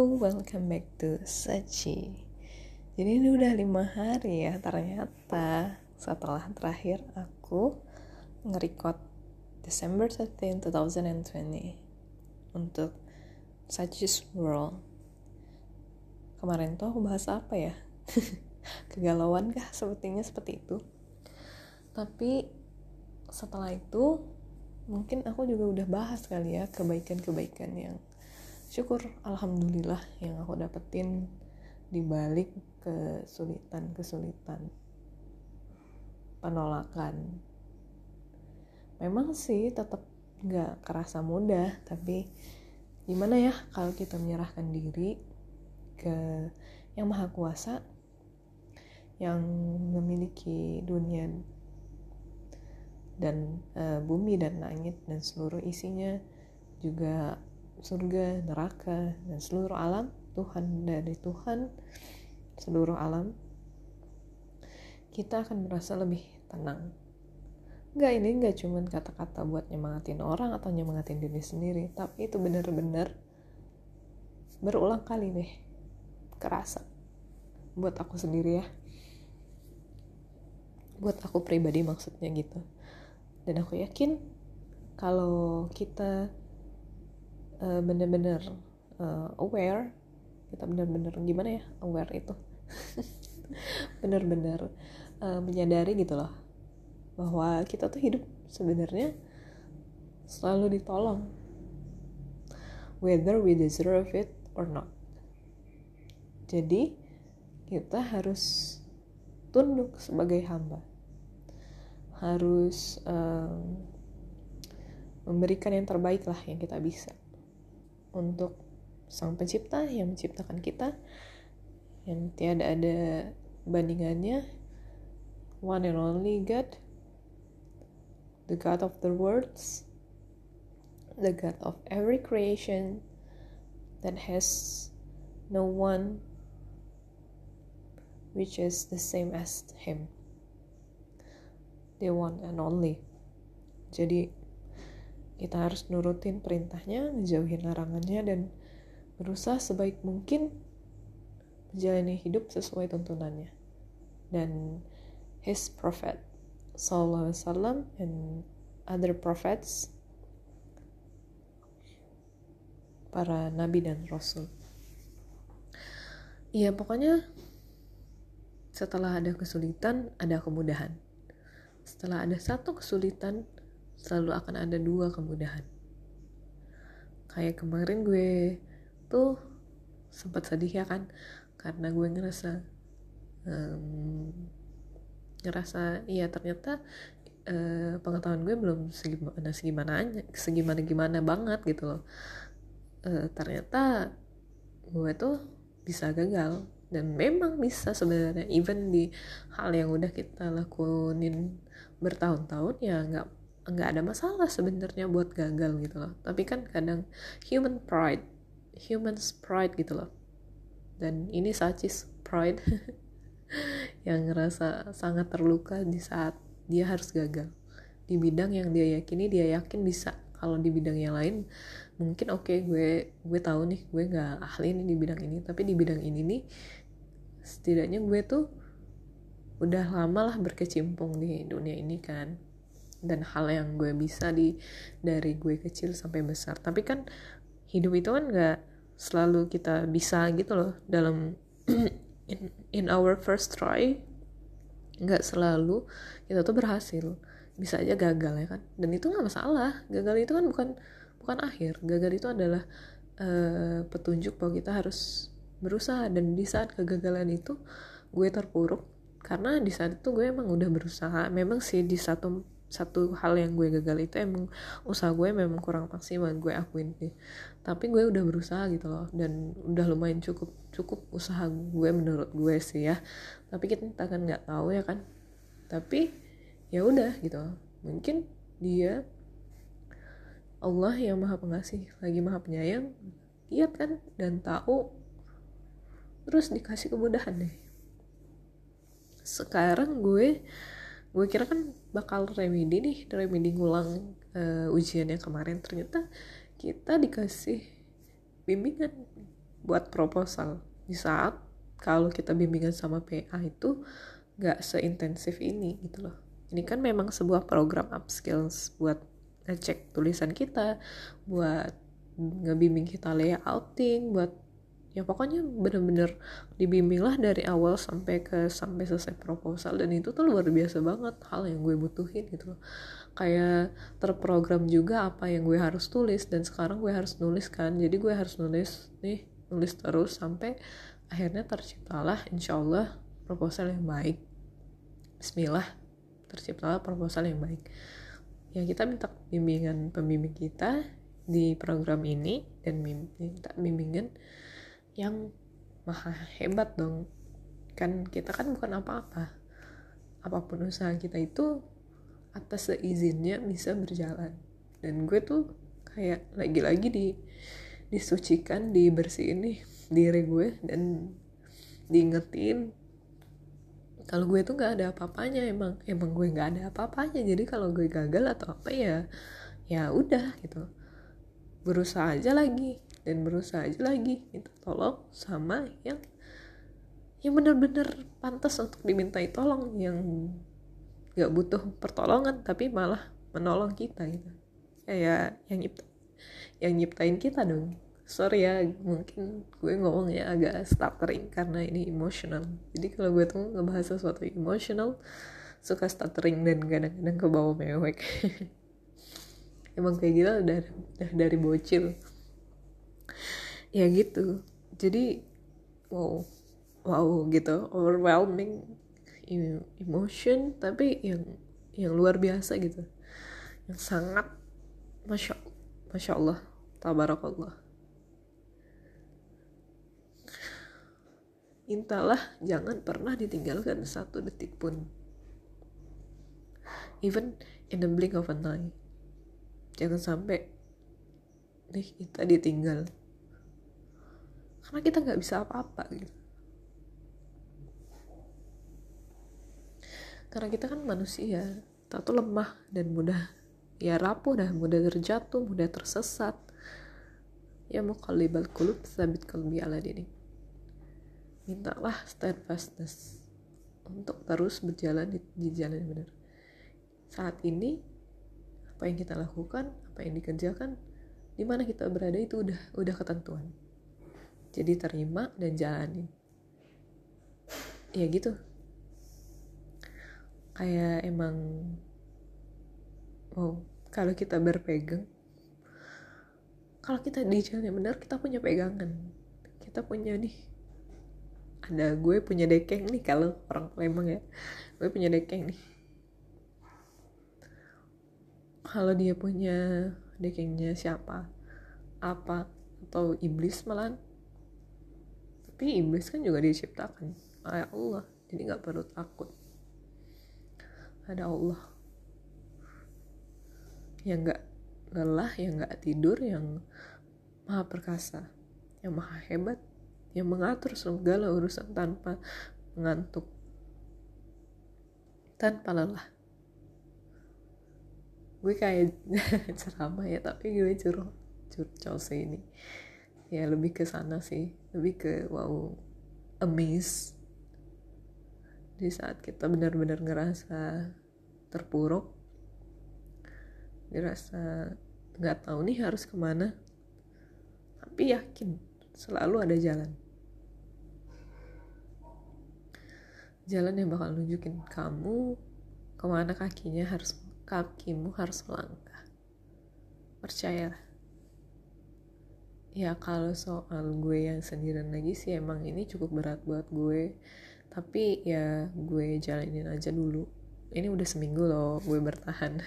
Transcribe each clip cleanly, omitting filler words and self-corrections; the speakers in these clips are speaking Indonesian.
welcome back to Sachi. Jadi ini udah 5 hari ya ternyata setelah terakhir aku nge-record December 13, 2020 untuk Sachi's World. Kemarin tuh aku bahas apa ya? Kegalauan kah? Sepertinya seperti itu. Tapi setelah itu mungkin aku juga udah bahas kali ya kebaikan-kebaikan yang syukur alhamdulillah yang aku dapetin di balik kesulitan penolakan. Memang sih tetap gak kerasa mudah, tapi gimana ya kalau kita menyerahkan diri ke yang maha kuasa, yang memiliki dunia dan bumi dan langit dan seluruh isinya, juga surga, neraka, dan seluruh alam, Tuhan dari Tuhan, seluruh alam, kita akan merasa lebih tenang. Ini enggak cuma kata-kata buat nyemangatin orang atau nyemangatin diri sendiri, tapi itu benar-benar berulang kali deh kerasa buat aku sendiri ya, buat aku pribadi maksudnya gitu. Dan aku yakin kalau kita benar-benar aware, kita benar-benar gimana ya aware itu benar-benar menyadari gitu loh bahwa kita tuh hidup sebenarnya selalu ditolong, whether we deserve it or not. Jadi kita harus tunduk sebagai hamba, harus memberikan yang terbaik lah yang kita bisa untuk Sang Pencipta yang menciptakan kita, yang tiada ada bandingannya, one and only God, the God of the worlds, the God of every creation that has no one which is the same as Him, the one and only. Jadi kita harus nurutin perintahnya, menjauhin larangannya, dan berusaha sebaik mungkin menjalani hidup sesuai tuntunannya. Dan His Prophet Sallallahu Alaihi Wasallam and other prophets, para nabi dan rasul. Iya, pokoknya setelah ada kesulitan, ada kemudahan. Setelah ada satu kesulitan, selalu akan ada 2 kemudahan. Kayak kemarin gue tuh sempat sedih ya kan, karena gue ngerasa iya ternyata pengetahuan gue belum segimana banget gitu loh. Ternyata gue tuh bisa gagal, dan memang bisa sebenarnya, even di hal yang udah kita lakuin bertahun-tahun ya nggak ada masalah sebenarnya buat gagal gitu loh. Tapi kan kadang human pride gitu loh, dan ini Sachi's pride yang ngerasa sangat terluka di saat dia harus gagal di bidang yang dia yakin bisa. Kalau di bidang yang lain mungkin gue tahu nih gue nggak ahli nih di bidang ini, tapi di bidang ini nih setidaknya gue tuh udah lama lah berkecimpung di dunia ini kan, dan hal yang gue bisa dari gue kecil sampai besar. Tapi kan hidup itu kan nggak selalu kita bisa gitu loh dalam in our first try. Nggak selalu kita tuh berhasil, bisa aja gagal ya kan, dan itu nggak masalah. Gagal itu kan bukan akhir. Gagal itu adalah petunjuk bahwa kita harus berusaha. Dan di saat kegagalan itu gue terpuruk, karena di saat itu gue emang udah berusaha. Memang sih di satu hal yang gue gagal itu emang usaha gue memang kurang maksimal, gue akuin sih. Tapi gue udah berusaha gitu loh, dan udah lumayan cukup usaha gue menurut gue sih ya. Tapi kita kan nggak tahu ya kan. Tapi ya udah gitu, mungkin dia Allah yang maha pengasih lagi maha penyayang, lihat kan dan tahu, terus dikasih kemudahan deh. Sekarang gue kira kan bakal remedi ngulang ujian yang kemarin. Ternyata kita dikasih bimbingan, buat proposal. Di saat kalau kita bimbingan sama PA itu gak seintensif ini gitu loh. Ini kan memang sebuah program upskills buat ngecek tulisan kita, buat ngebimbing kita layouting, buat ya pokoknya bener-bener dibimbing lah dari awal sampai selesai proposal. Dan itu tuh luar biasa banget hal yang gue butuhin gitu loh. Kayak terprogram juga apa yang gue harus tulis, dan sekarang gue harus nulis kan, jadi gue harus nulis terus sampai akhirnya terciptalah insyaallah proposal yang baik. Bismillah, terciptalah proposal yang baik. Ya kita minta pembimbing kita di program ini, dan minta bimbingan yang maha hebat dong. Kan kita kan bukan apa-apa, apapun usaha kita itu atas seizinnya bisa berjalan. Dan gue tuh kayak lagi-lagi disucikan, dibersihin nih diri gue, dan diingetin kalau gue tuh nggak ada apa-apanya. Emang gue nggak ada apa-apanya. Jadi kalau gue gagal atau apa ya udah gitu, berusaha aja lagi gitu. Tolong sama yang benar-benar pantas untuk dimintai tolong, yang nggak butuh pertolongan tapi malah menolong kita gitu. Ya yang nyiptain kita dong. Sorry ya, mungkin gue ngomongnya agak stuttering karena ini emotional. Jadi kalau gue tuh ngebahas sesuatu emotional suka stuttering dan kadang-kadang ke bawah mewek. Emang kayak gitu udah dari bocil ya gitu. Jadi wow gitu, overwhelming emotion, tapi yang luar biasa gitu, yang sangat masya Allah tabarakallah. Intalah jangan pernah ditinggalkan satu detik pun, even in the blink of an eye. Jangan sampai kita ditinggal karena kita nggak bisa apa-apa gitu. Karena kita kan manusia, kita tuh lemah dan mudah rapuh, mudah terjatuh, mudah tersesat. Ya muqallibal qulub tsabit qalbi ala dinik. Mintalah steadfastness untuk terus berjalan di jalan yang benar. Saat ini apa yang kita lakukan, apa yang dikerjakan, di mana kita berada itu udah ketentuan. Jadi terima dan jalanin. Ya gitu. Kayak emang kalau kita berpegang, kalau kita di jalan yang benar, kita punya pegangan. Kita punya gue punya dekeng nih, kalau orang Palembang ya, gue punya dekeng nih. Kalau dia punya dekengnya siapa, apa, atau iblis malah. Tapi iblis kan juga diciptakan oleh Allah, jadi gak perlu takut. Ada Allah yang gak lelah, yang gak tidur, yang maha perkasa, yang maha hebat, yang mengatur segala urusan tanpa mengantuk, tanpa lelah. Gue kayak ceramah ya, tapi gue curcol sih ini. Ya lebih ke sana sih, lebih ke amazed. Di saat kita benar-benar ngerasa terpuruk, ngerasa nggak tahu nih harus kemana, tapi yakin selalu ada jalan yang bakal nunjukin kamu kemana kakimu harus melangkah. Percayalah. Ya kalau soal gue yang sendirian lagi sih, emang ini cukup berat buat gue, tapi ya gue jalanin aja dulu. Ini udah seminggu loh gue bertahan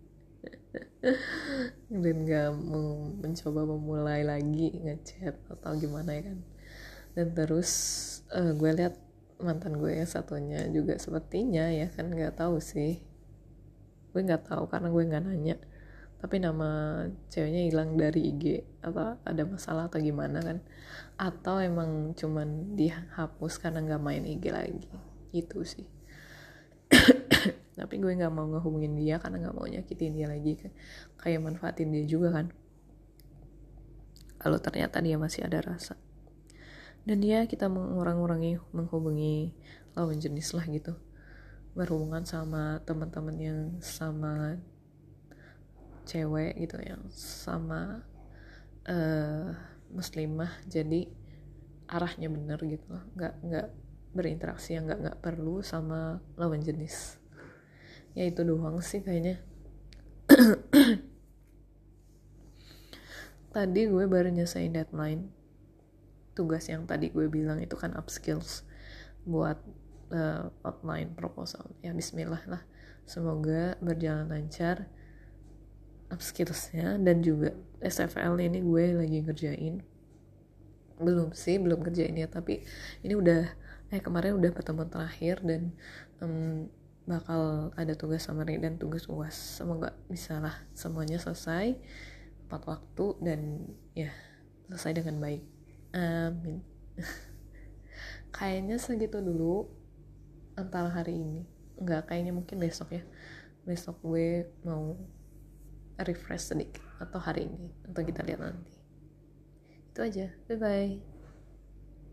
dan gak mau mencoba memulai lagi ngechat atau gimana ya kan. Dan terus gue lihat mantan gue yang satunya juga sepertinya ya kan, gak tahu sih, gue gak tahu karena gue gak nanya, tapi nama ceweknya hilang dari IG, atau ada masalah atau gimana kan, atau emang cuman dihapus karena gak main IG lagi gitu sih. Tapi gue gak mau ngehubungin dia karena gak mau nyakitin dia lagi, kayak manfaatin dia juga kan kalau ternyata dia masih ada rasa. dan ya kita mengurangi menghubungi lawan jenis lah gitu, berhubungan sama teman-teman yang sama cewek gitu, yang sama muslimah, jadi arahnya bener gitu loh, nggak berinteraksi yang nggak perlu sama lawan jenis. Ya itu doang sih kayaknya. Tadi gue baru nyelesain deadline tugas yang tadi gue bilang itu kan upskills buat outline proposal. Ya bismillah lah, semoga berjalan lancar upskillsnya. Dan juga SFL ini gue lagi ngerjain, belum kerjain ya, tapi ini udah kemarin udah pertemuan terakhir dan bakal ada tugas summary dan tugas UAS. Semoga bisa lah semuanya selesai tepat waktu dan ya selesai dengan baik, amin. Kayaknya segitu dulu antara hari ini, enggak, kayaknya mungkin besok ya, besok gue mau refresh sedikit, atau hari ini, atau kita lihat nanti. Itu aja, bye bye.